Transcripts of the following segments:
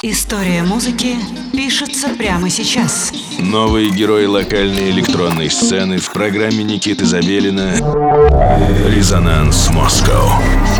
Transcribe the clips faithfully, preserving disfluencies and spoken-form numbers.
История музыки пишется прямо сейчас. Новые герои локальной электронной сцены в программе Никиты Забелина «Резонанс Москва».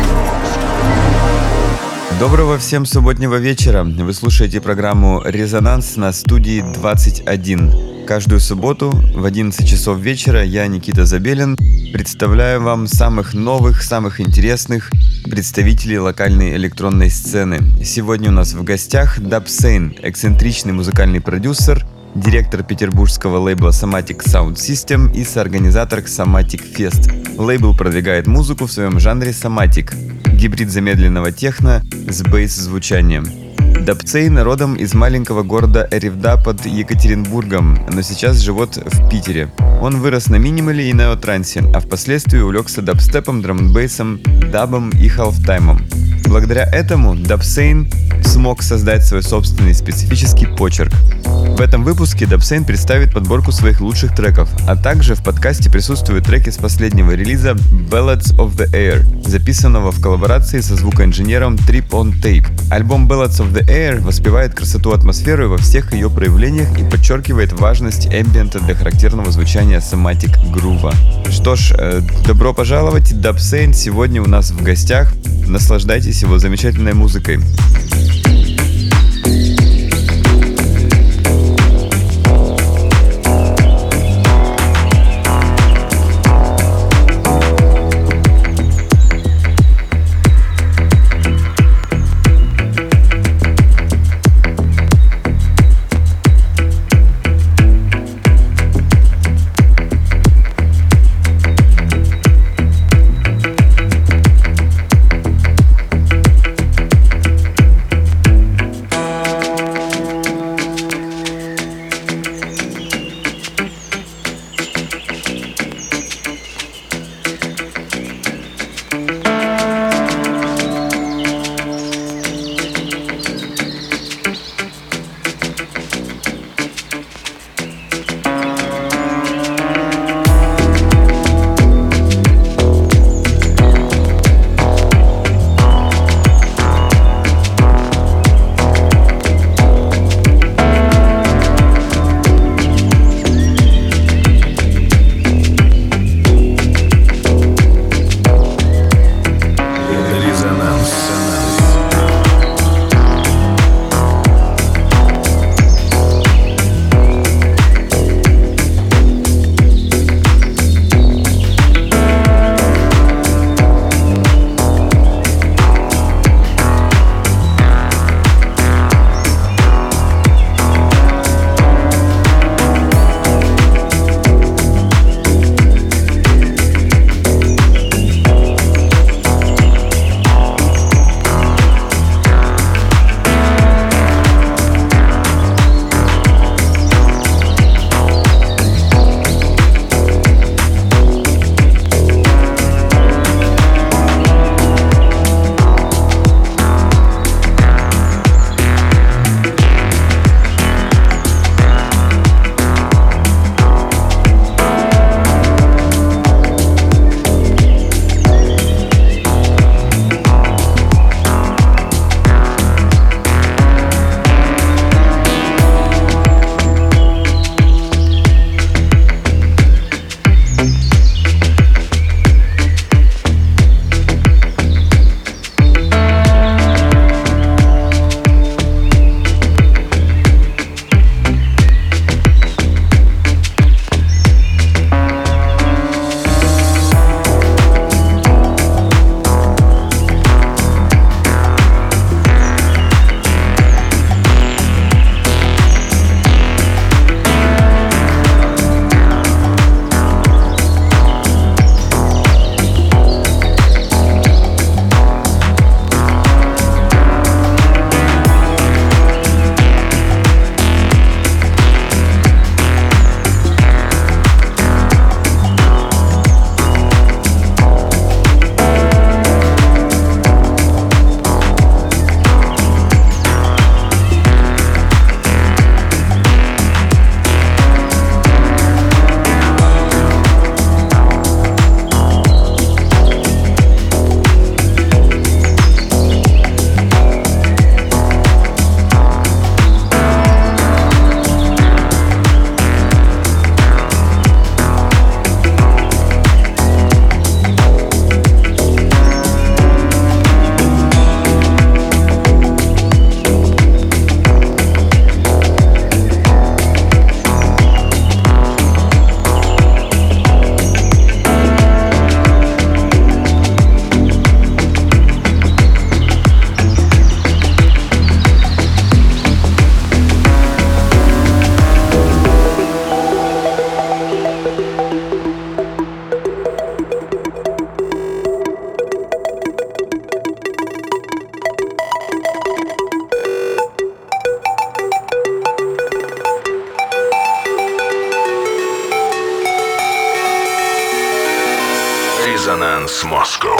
Доброго всем субботнего вечера. Вы слушаете программу «Резонанс» на студии двадцать один. Каждую субботу в одиннадцать часов вечера я, Никита Забелин, представляю вам самых новых, самых интересных представителей локальной электронной сцены. Сегодня у нас в гостях Dubsane, эксцентричный музыкальный продюсер, директор петербургского лейбла Somatic Sound System и соорганизатор Somatic Fest. Лейбл продвигает музыку в своем жанре Somatic, гибрид замедленного техно с бейс-звучанием. Dubsane родом из маленького города Ревда под Екатеринбургом, но сейчас живет в Питере. Он вырос на минимале и неотрансе, а впоследствии увлекся дабстепом, драм-н-бейсом, дабом и халфтаймом. Благодаря этому Dubsane смог создать свой собственный специфический почерк. В этом выпуске Dubsane представит подборку своих лучших треков, а также в подкасте присутствуют треки с последнего релиза Ballads of the Air, записанного в коллаборации со звукоинженером Trip on Tape. Альбом Ballads of the Air воспевает красоту атмосферы во всех ее проявлениях и подчеркивает важность эмбиента для характерного звучания Somatic грува. Что ж, э, добро пожаловать, Dubsane сегодня у нас в гостях. Наслаждайтесь его замечательной музыкой. Resonance Moscow.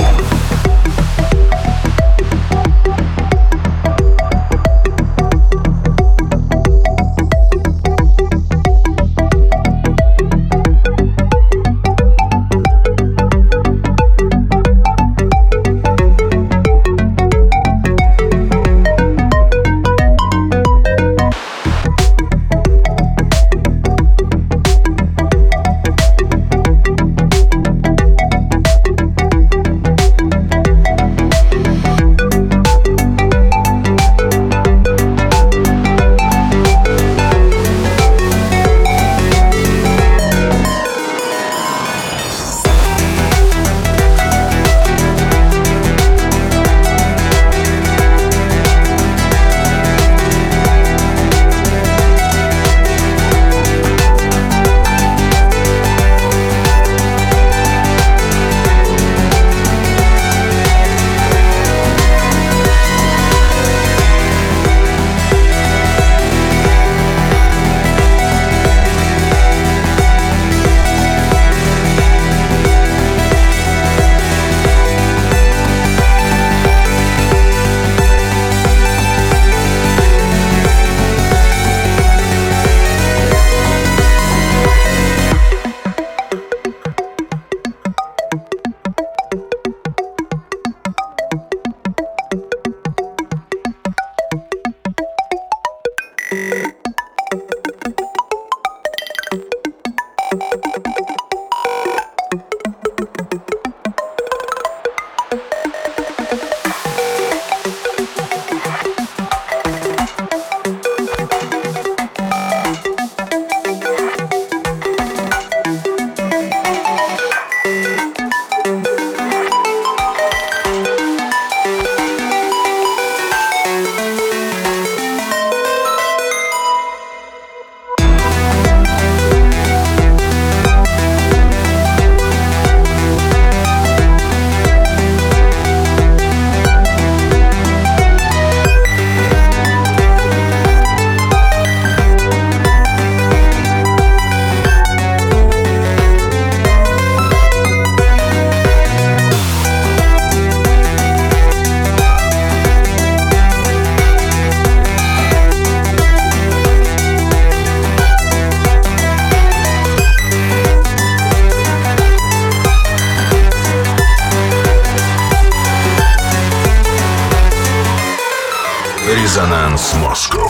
Resonance Moscow.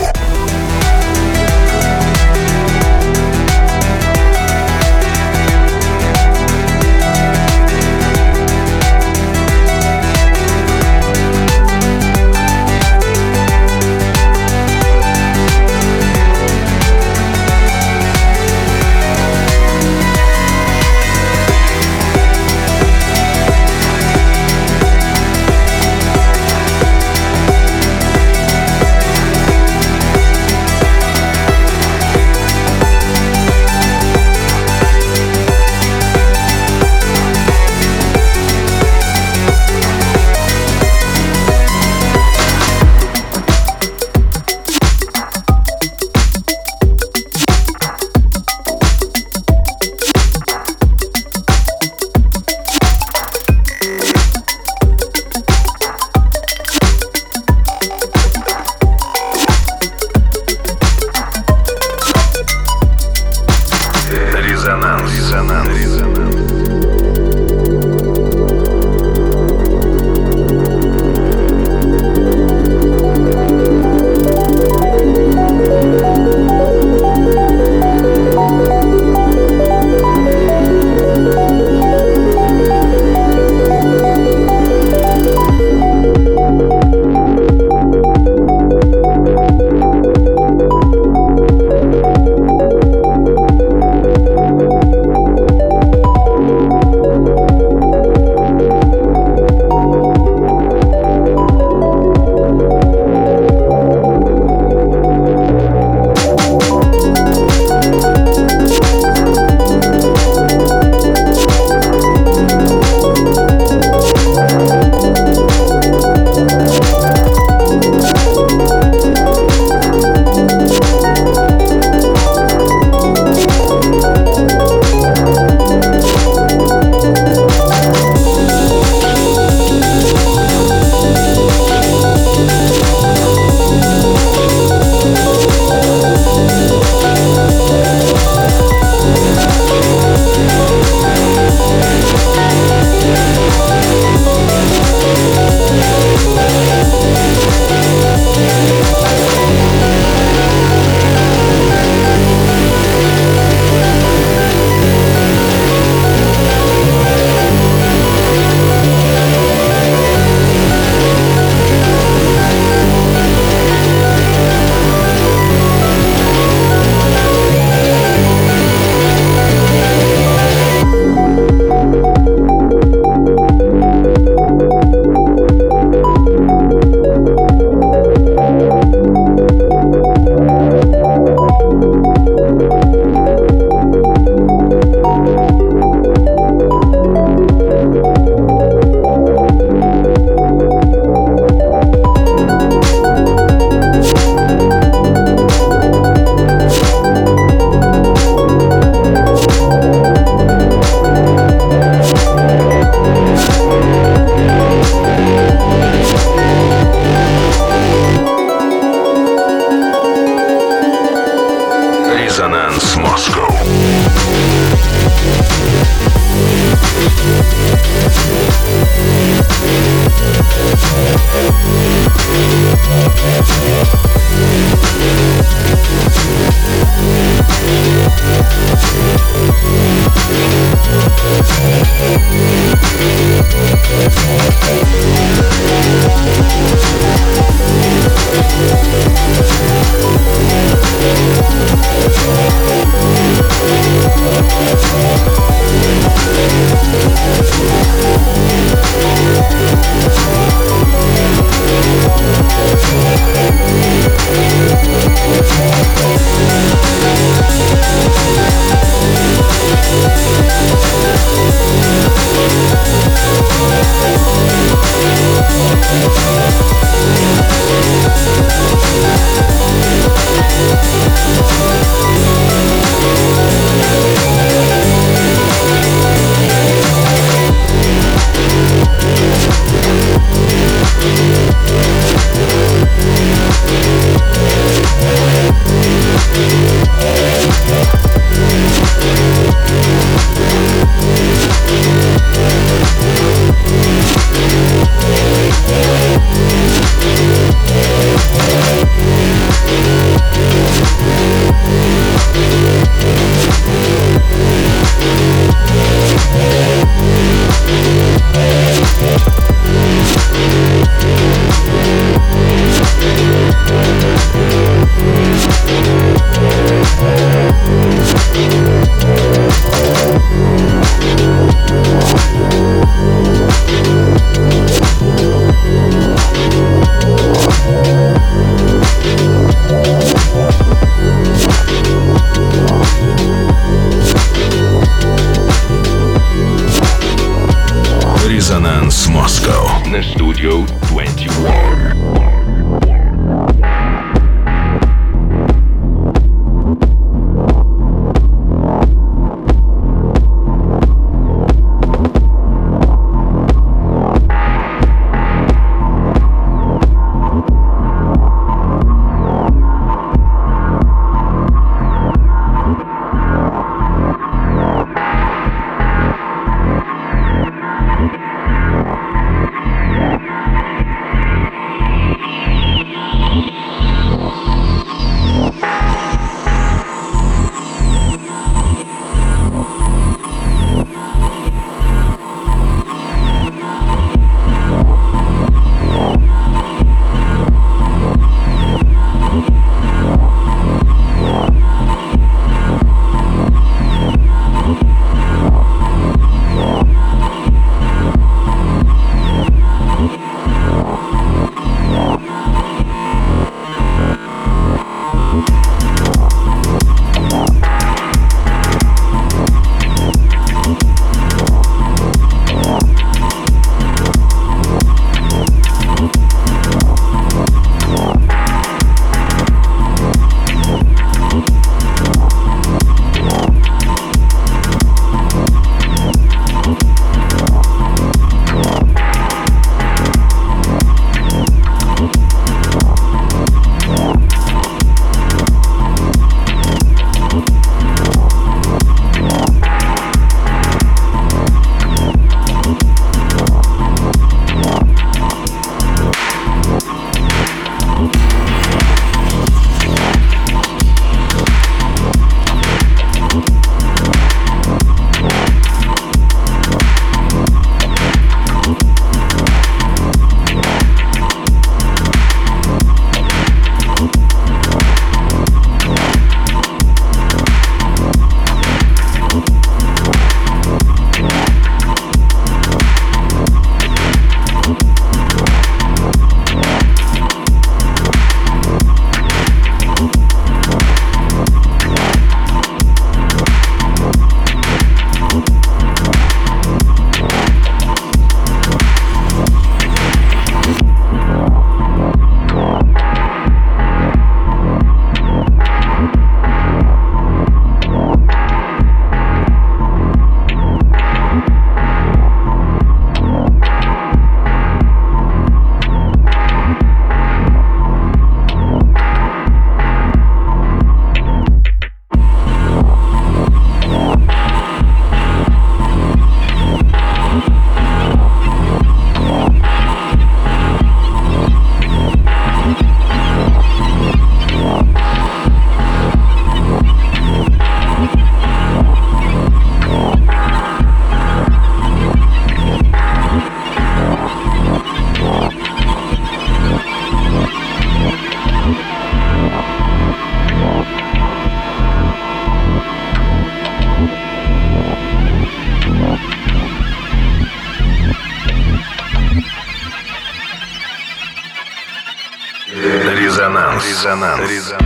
Резонанс. Резонанс.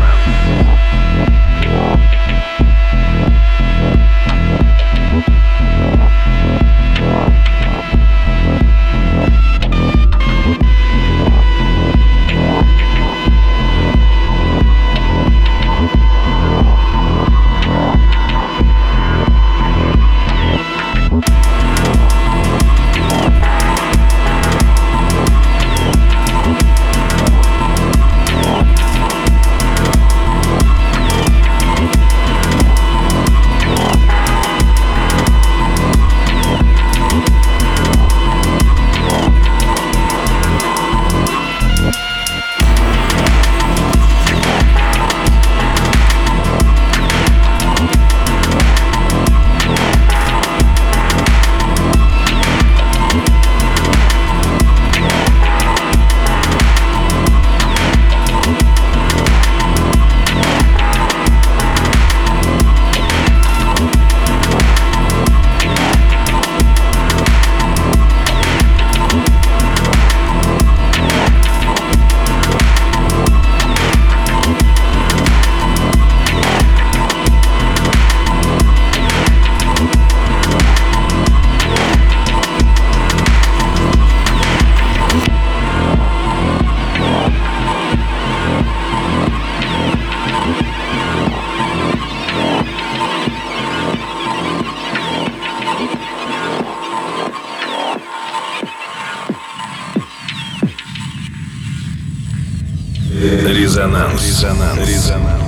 Резонанс. Резонанс. Резонанс.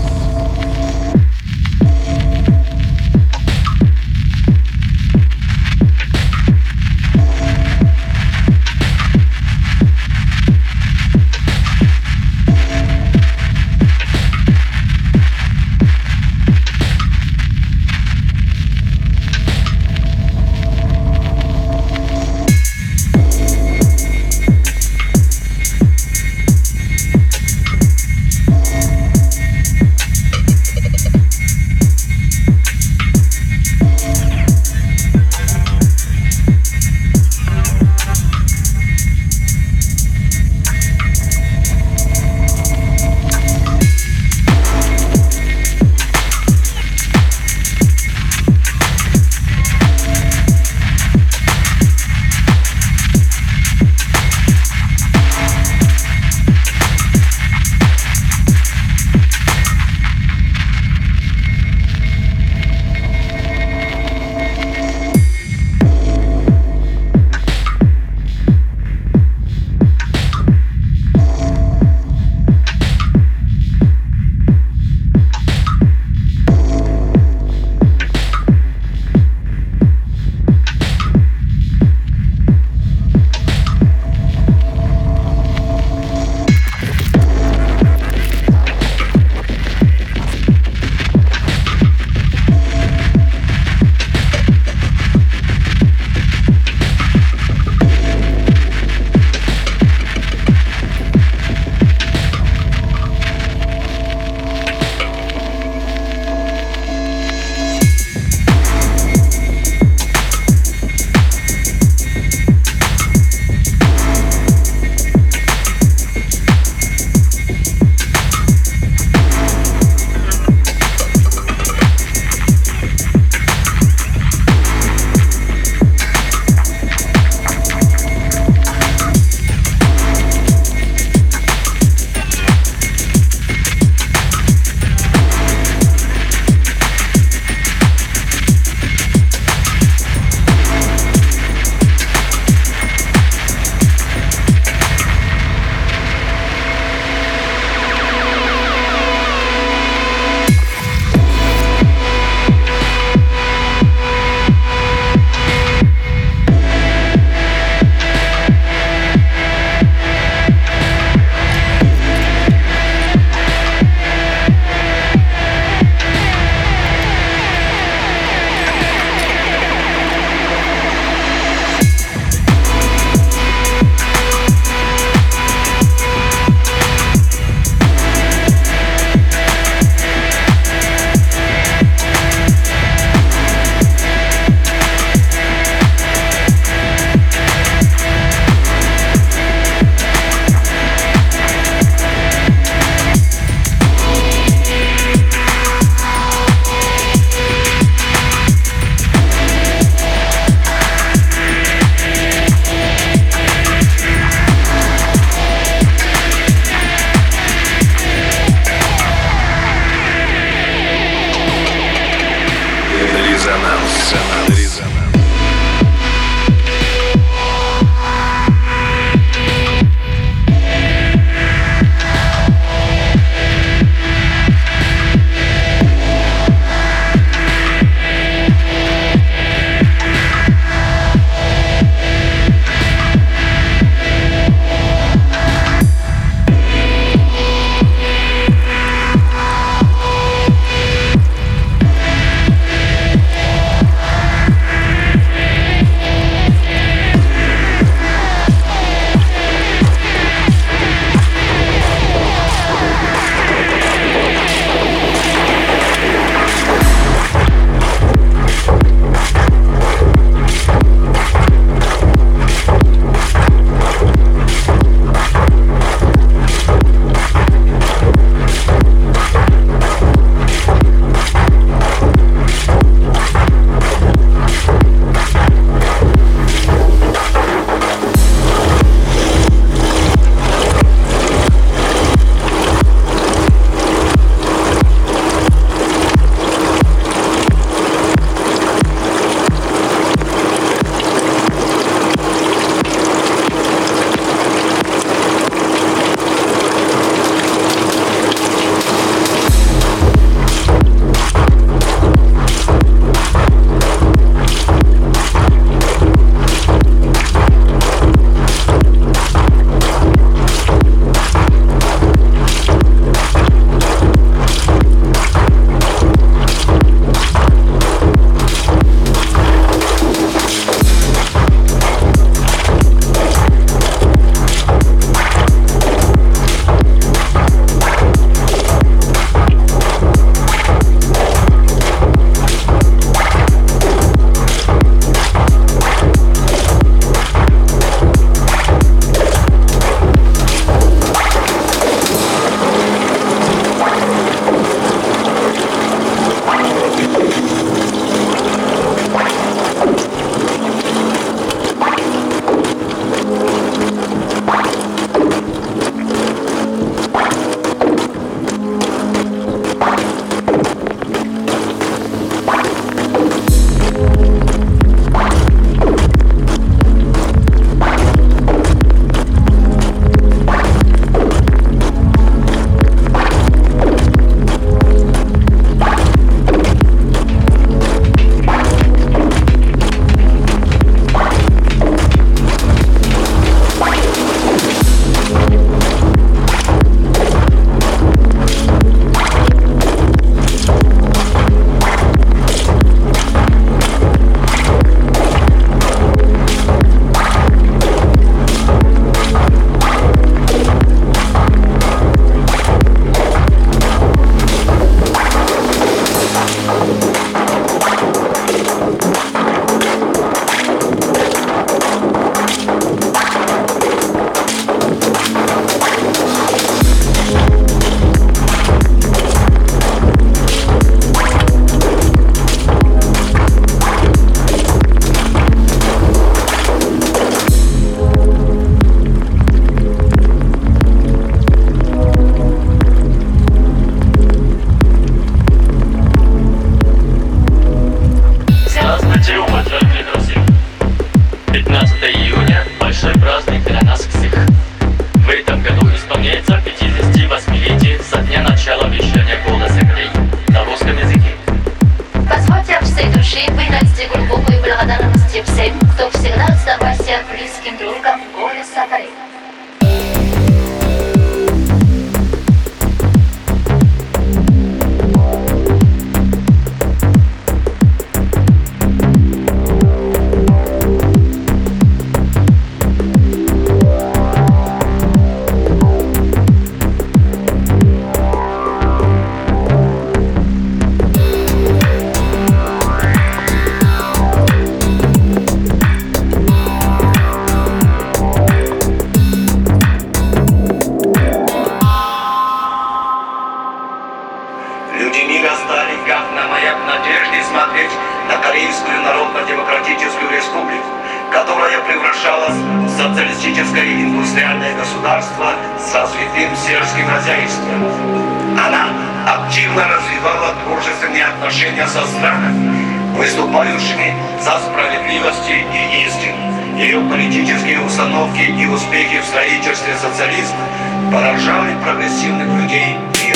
Люди мира стали, как на маяк надежды, смотреть на Корейскую Народно-Демократическую Республику, которая превращалась в социалистическое индустриальное государство с развитым сельским хозяйством. Она активно развивала дружественные отношения со странами, выступающими за справедливость и истину. Ее политические установки и успехи в строительстве социализма поражали прогрессивных людей мира.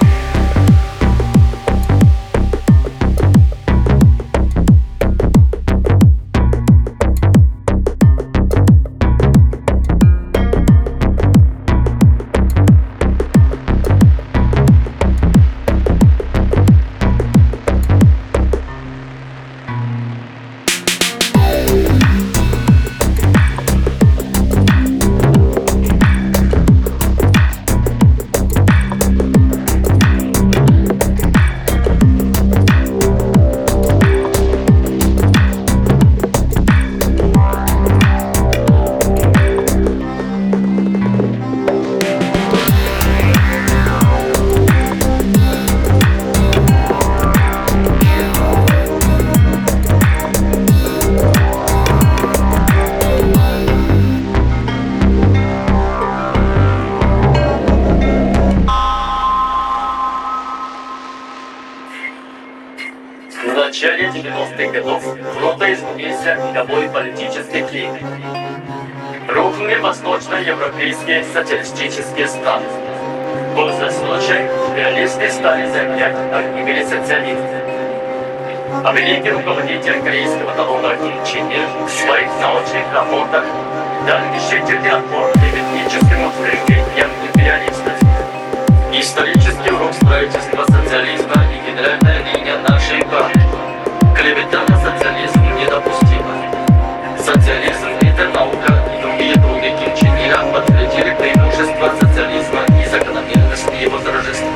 В начале девяностых годов круто изменился мировой политический климат. Рухнули восточноевропейские социалистические страны. Пользуясь случаем, реалисты стали заявлять о гибели социализма. А великий руководитель корейского народа Ким Чен Ир в своих научных работах дал решительный отпор этническим устремлениям империалистов. Исторический урок строительства социализма и генеральная линия нашей партии. Клевета на социализм недопустима. Социализм – это наука, и другие труды Ким Чен Ира подтвердили преимущества социализма и закономерность его торжества.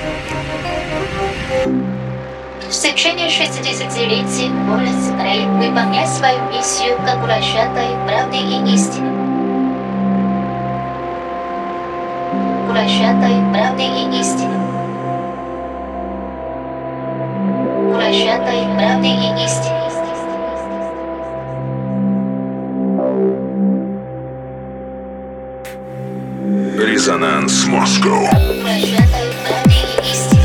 В течение шестидесятилетий волосы Корей выполняют свою миссию как урожатай правды и истины. Урожатай правды и истины. Урожатай правды и истины. Резонанс Москва. Урожатай правды и истины.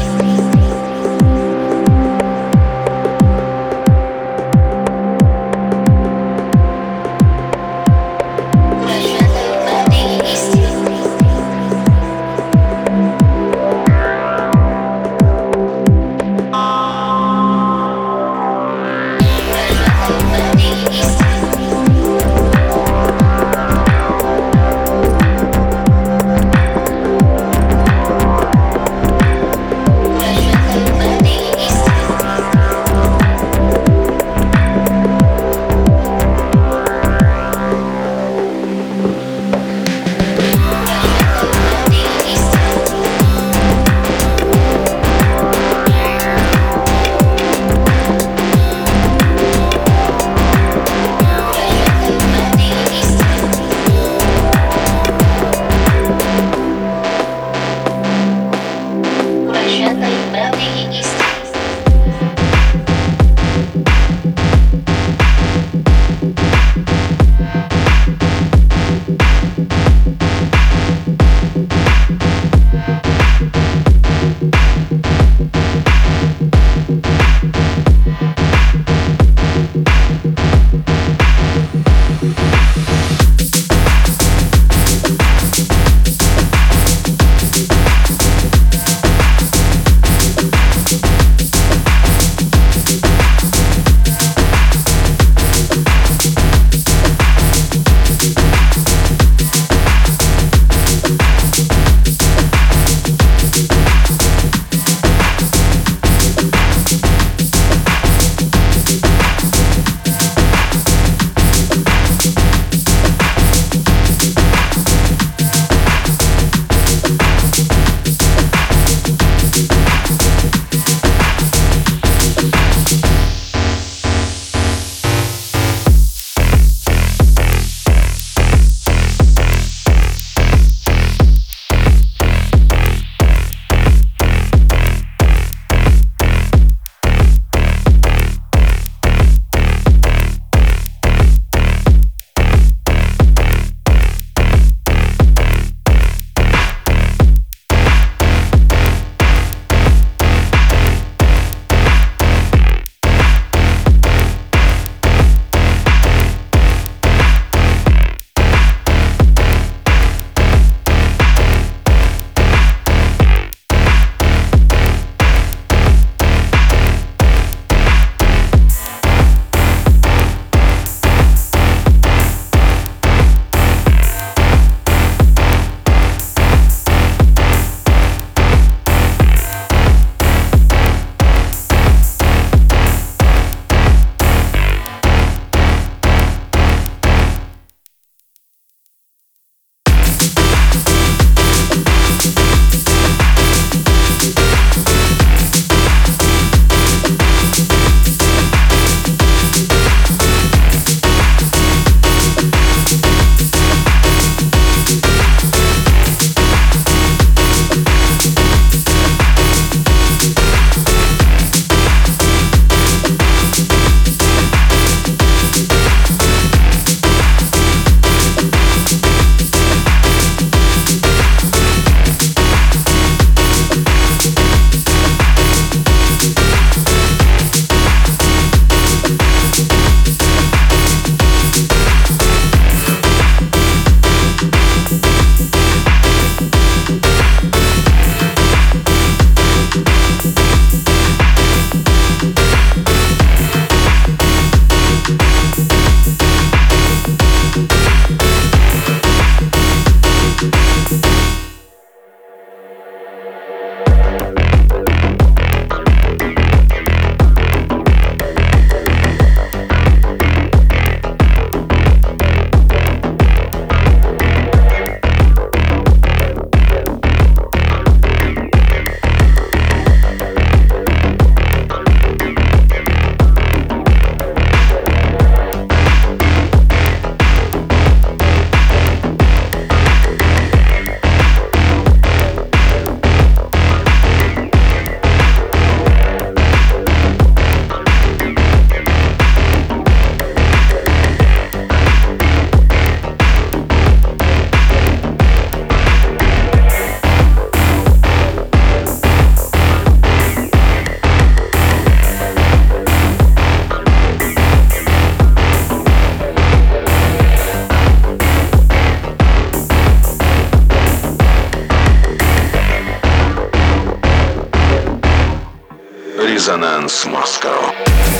Резонанс Москва.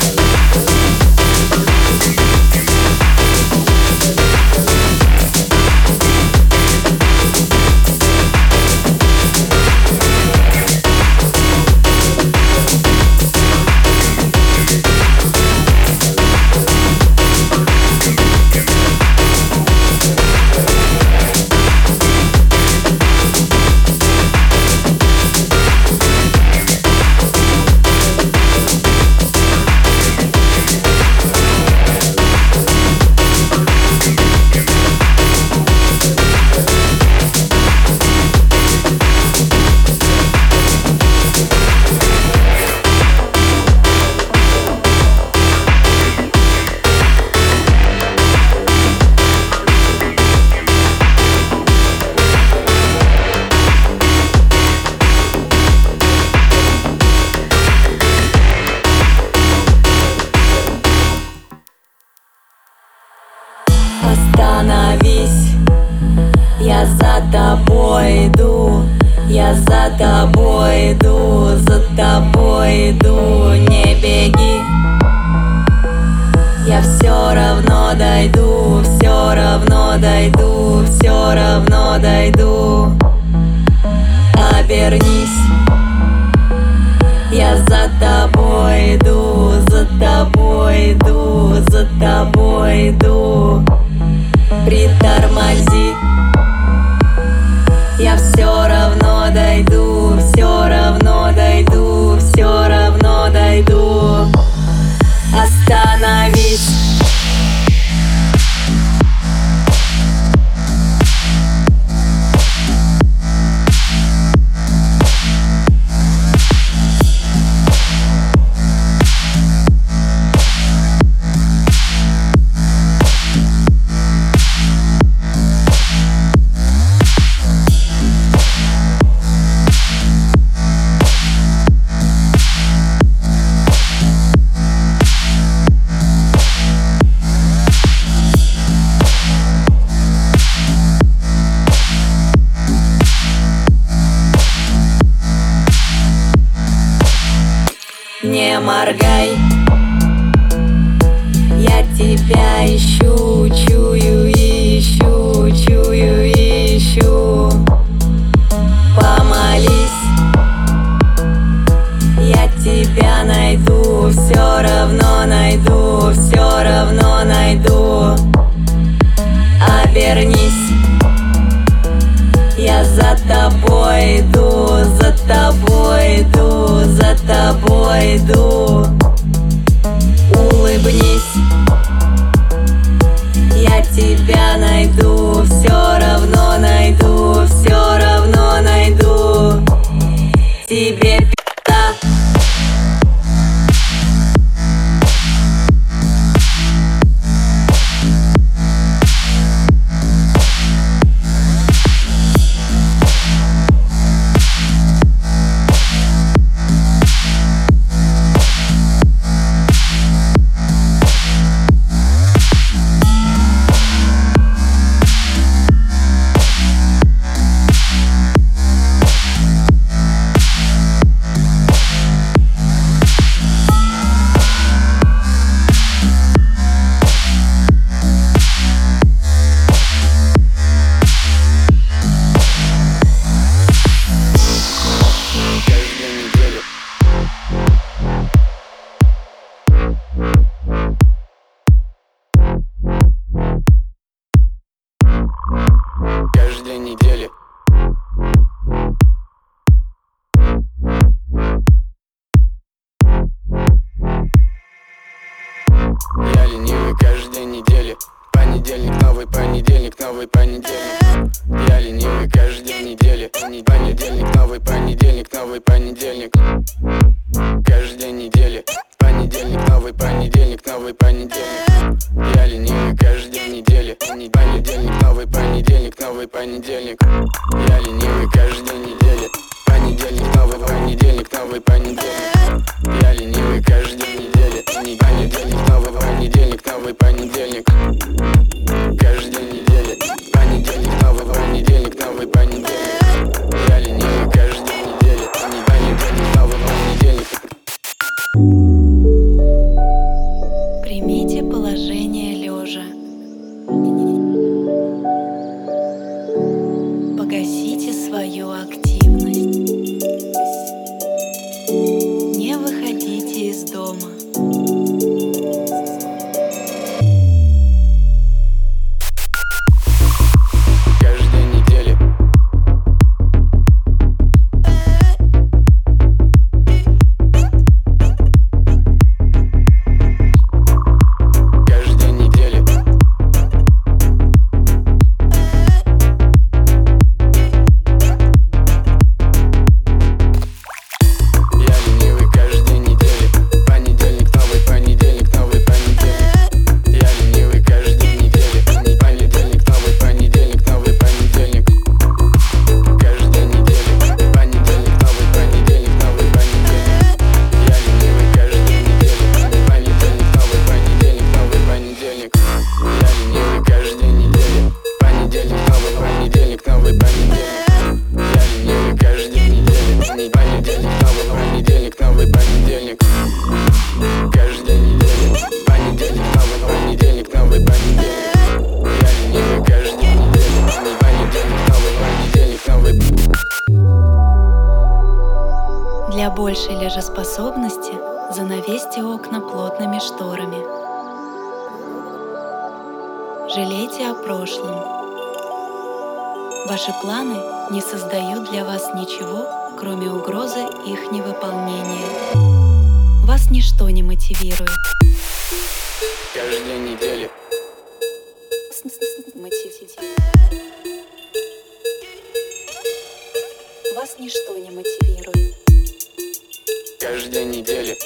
Остановись, я за тобой иду, я за тобой иду, за тобой иду, не беги. Я все равно дойду, все равно дойду, все равно дойду. Обернись, я за тобой иду, за тобой иду, за тобой иду. Притормози, я все равно дойду, все равно дойду, все равно дойду. Остановись. Не моргай, я тебя ищу, чую, ищу, чую, ищу. Помолись, я тебя найду, все равно найду, все равно найду. Обернись, я за тобой иду, за тобой иду, за тобой иду. Улыбнись, я тебя найду, все равно найду, все равно найду. Тебе пизда. Каждой недели. Я ленивый каждой недели. Понедельник, новый понедельник, новый понедельник. Я ленивый каждой недели. Понедельник, новый понедельник, новый понедельник. Каждой недели. Понедельник, новый понедельник, новый понедельник. Я ленивый каждой недели. Понедельник, новый понедельник, новый понедельник. Я ленивый каждой недели. Понедельник, новый понедельник, новый понедельник. Я ленивый каждой недели. Понедельник, новый понедельник, новый понедельник. Каждой недели. Понедельник, новый понедельник, новый понедельник. Я ленивый каждой недели. Понедельник, новый понедельник. новый понедельник, новый понедельник. Каждый день недели. Понедельник, новый понедельник, новый понедельник. Я ленивый каждый день недели. Понедельник, новый понедельник, новый. Для большей лежеспособности занавесьте окна плотными шторами. Жалейте о прошлом. Ваши планы не создают для вас ничего, кроме угрозы их невыполнения. Вас ничто не мотивирует. Каждый день недели. Вас ничто не мотивирует. Каждый день недели.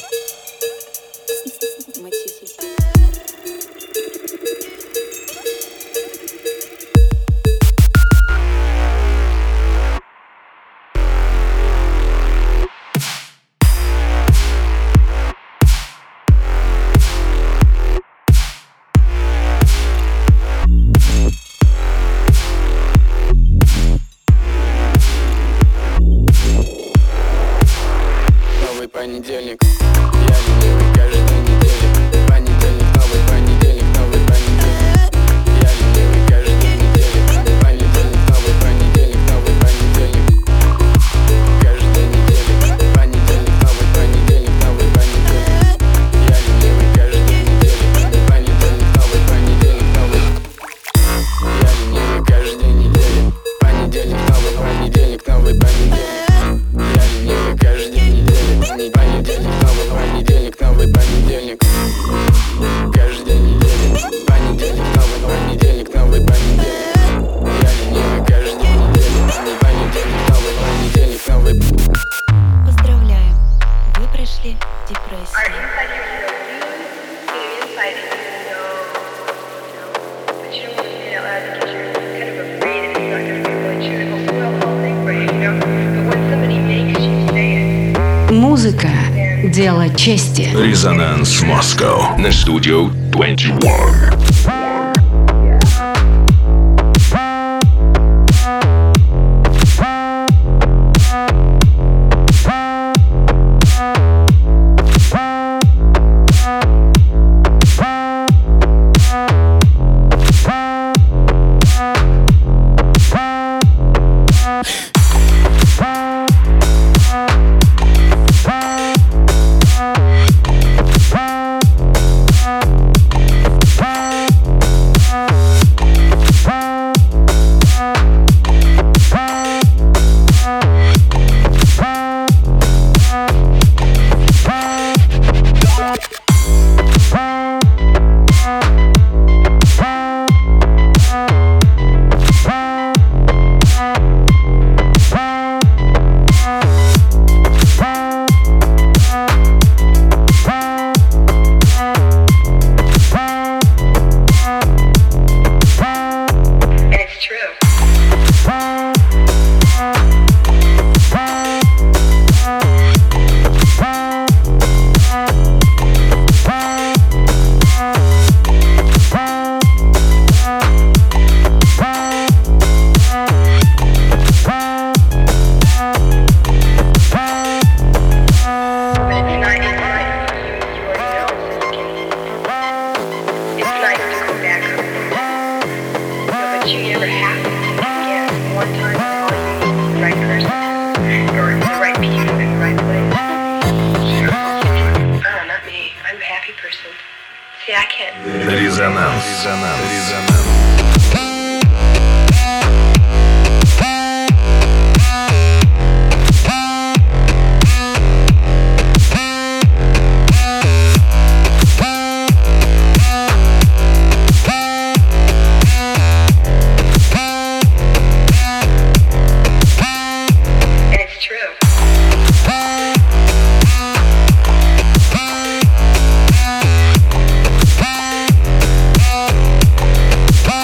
Понедельник, я ленивый каждый день недели. Понедельник, новый понедельник, новый понедельник. Я ленивый каждый день недели. Понедельник, новый понедельник, новый понедельник. Каждый день недели. Понедельник, новый понедельник, новый понедельник. Я ленивый каждый день недели. Понедельник, новый понедельник, новый. Я ленивый каждый день недели. Понедельник, новый понедельник, новый понедельник. Я ленивый каждый день недели. Понедельник, новый понедельник, новый понедельник. Каждый день недели. Понедельник, новый понедельник, новый понедельник. Я ленивый каждый день недели. Понедельник, новый понедельник, новый. Поздравляем, вы прошли депрессию. Музыка – дело чести. Резонанс Москва на студию двадцать один. Резонанс. Резонанс. Резонанс. Bye.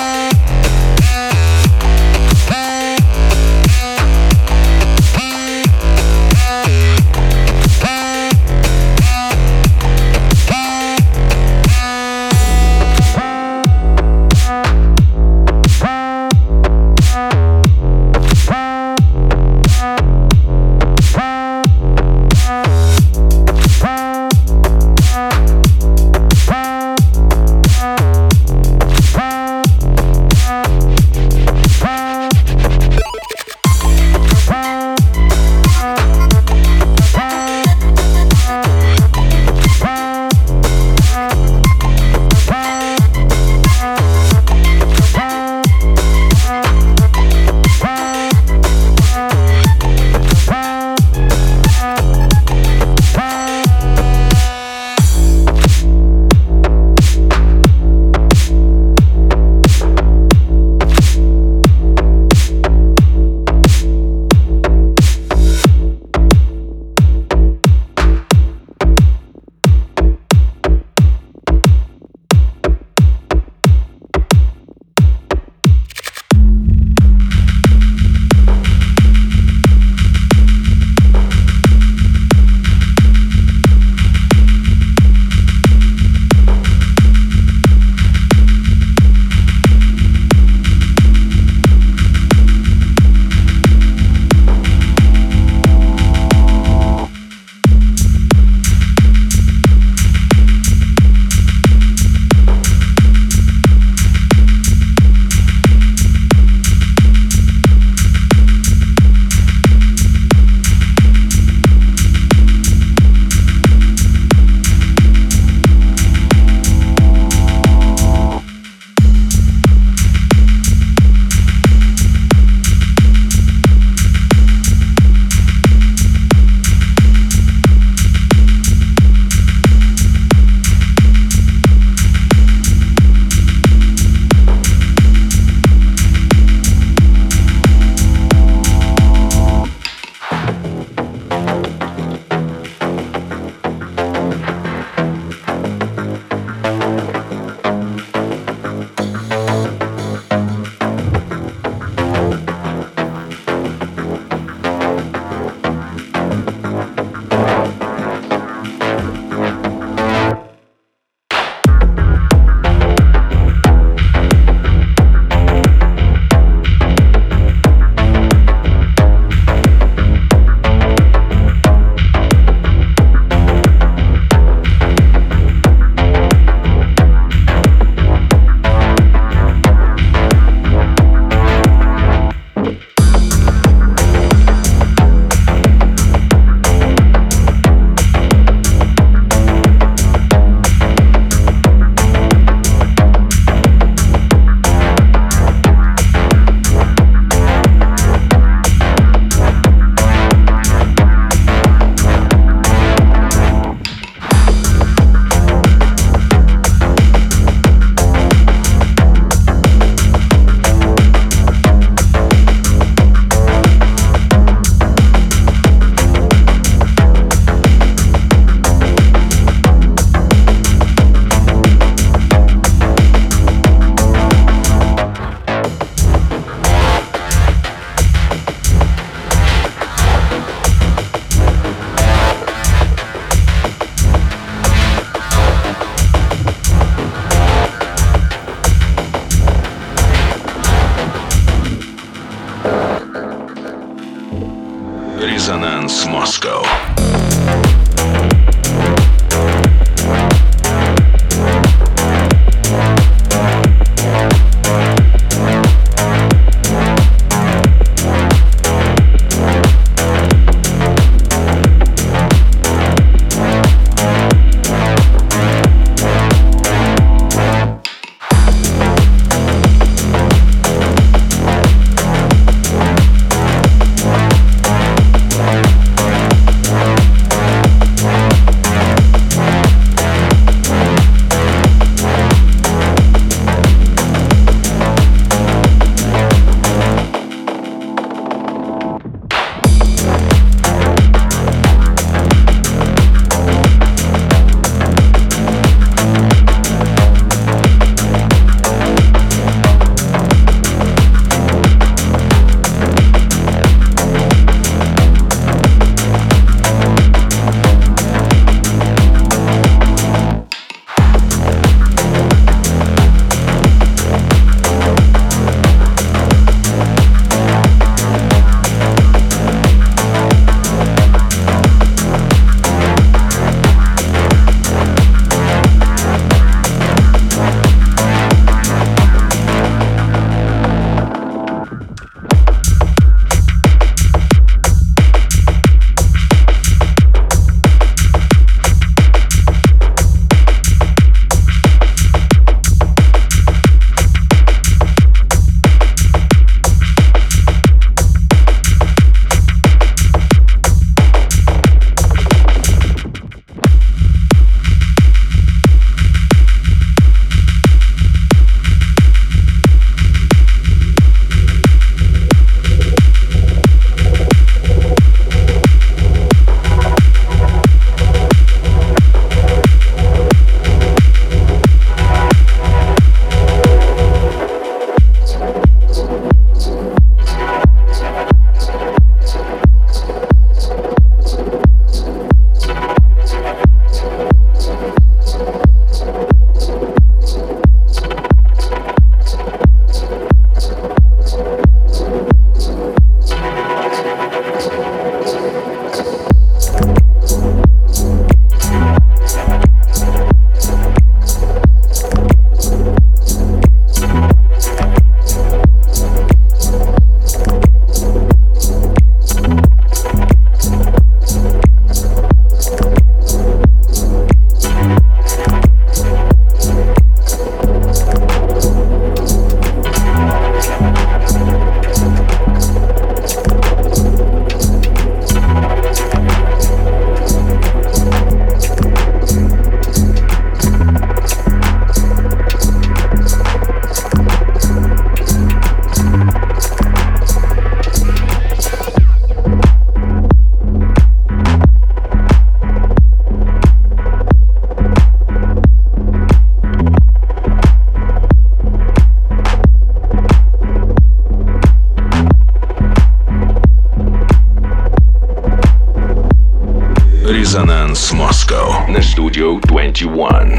Резонанс Москва на Studio двадцать один.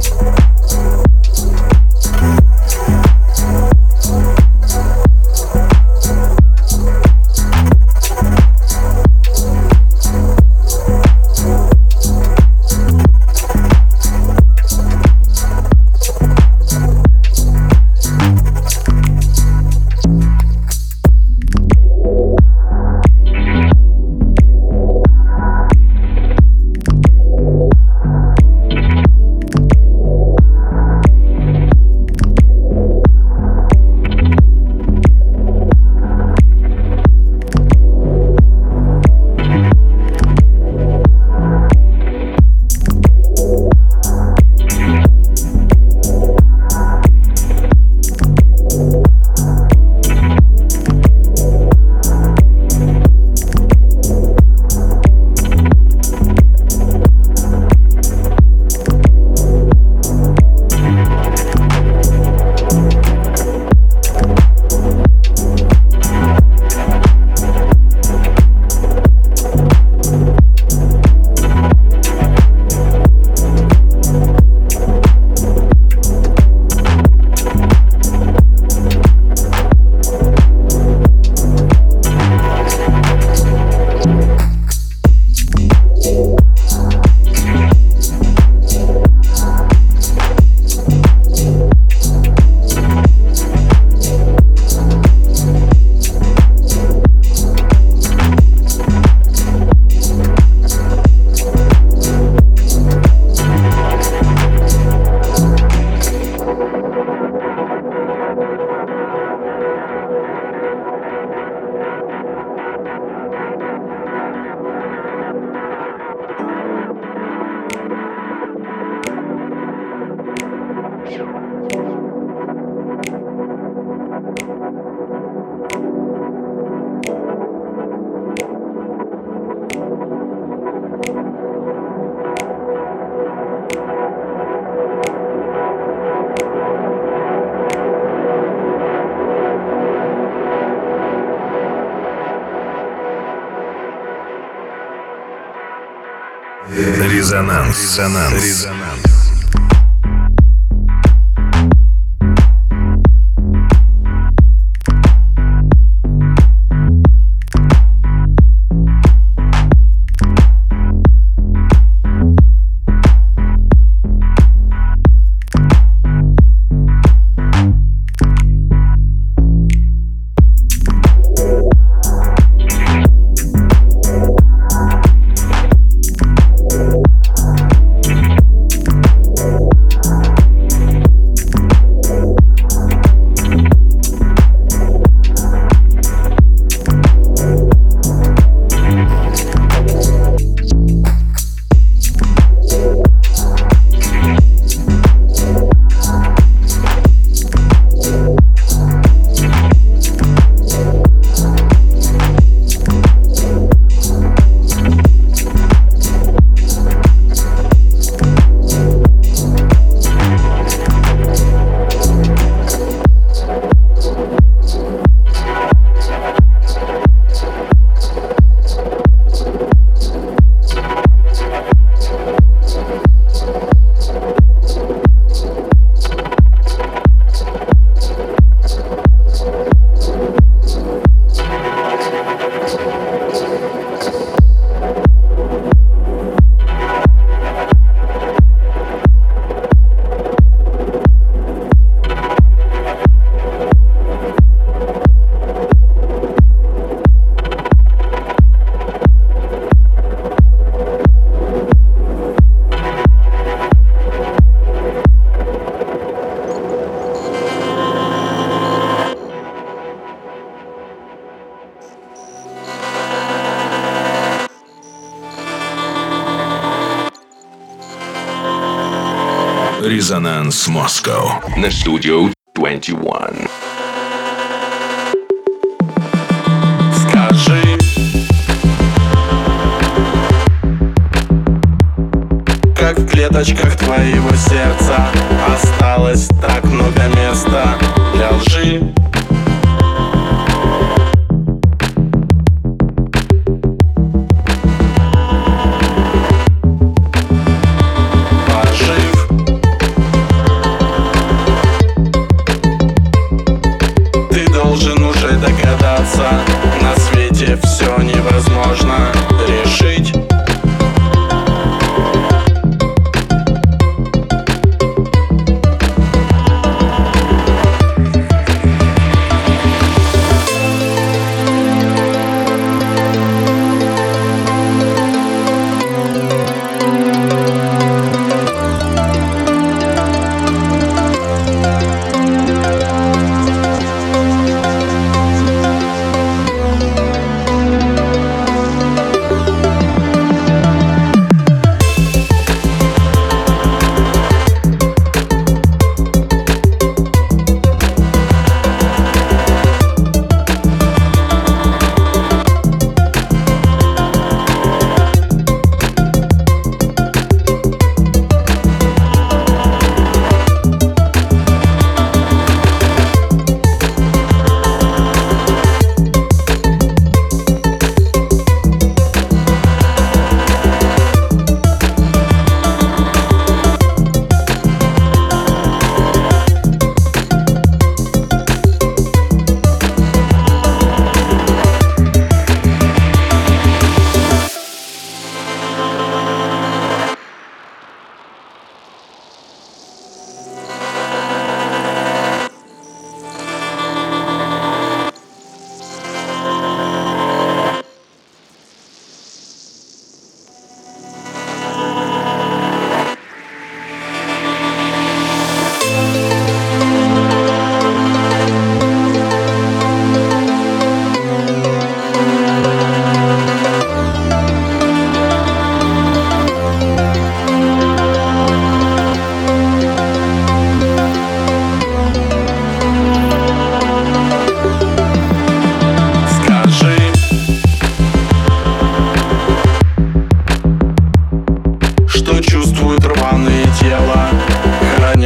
Резонанс. Резонанс. Резонанс. Резонанс Москва на Studio двадцать один. Скажи, как в клеточках твоего сердца осталось так много места для лжи.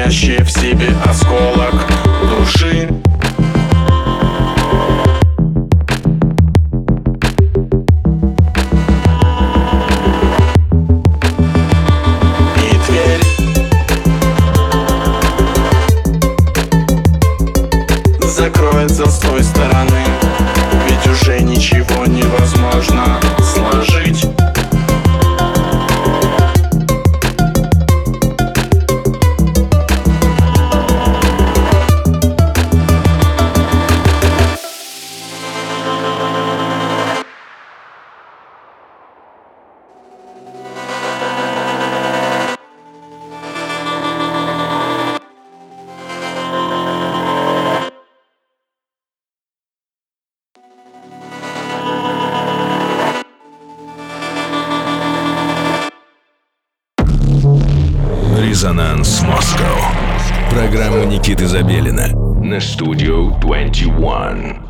хранящие в себе осколок души. Закроется с той стороны, ведь уже ничего невозможно сложить. Резонанс Москва. Программа Никиты Забелина на Studio двадцать один.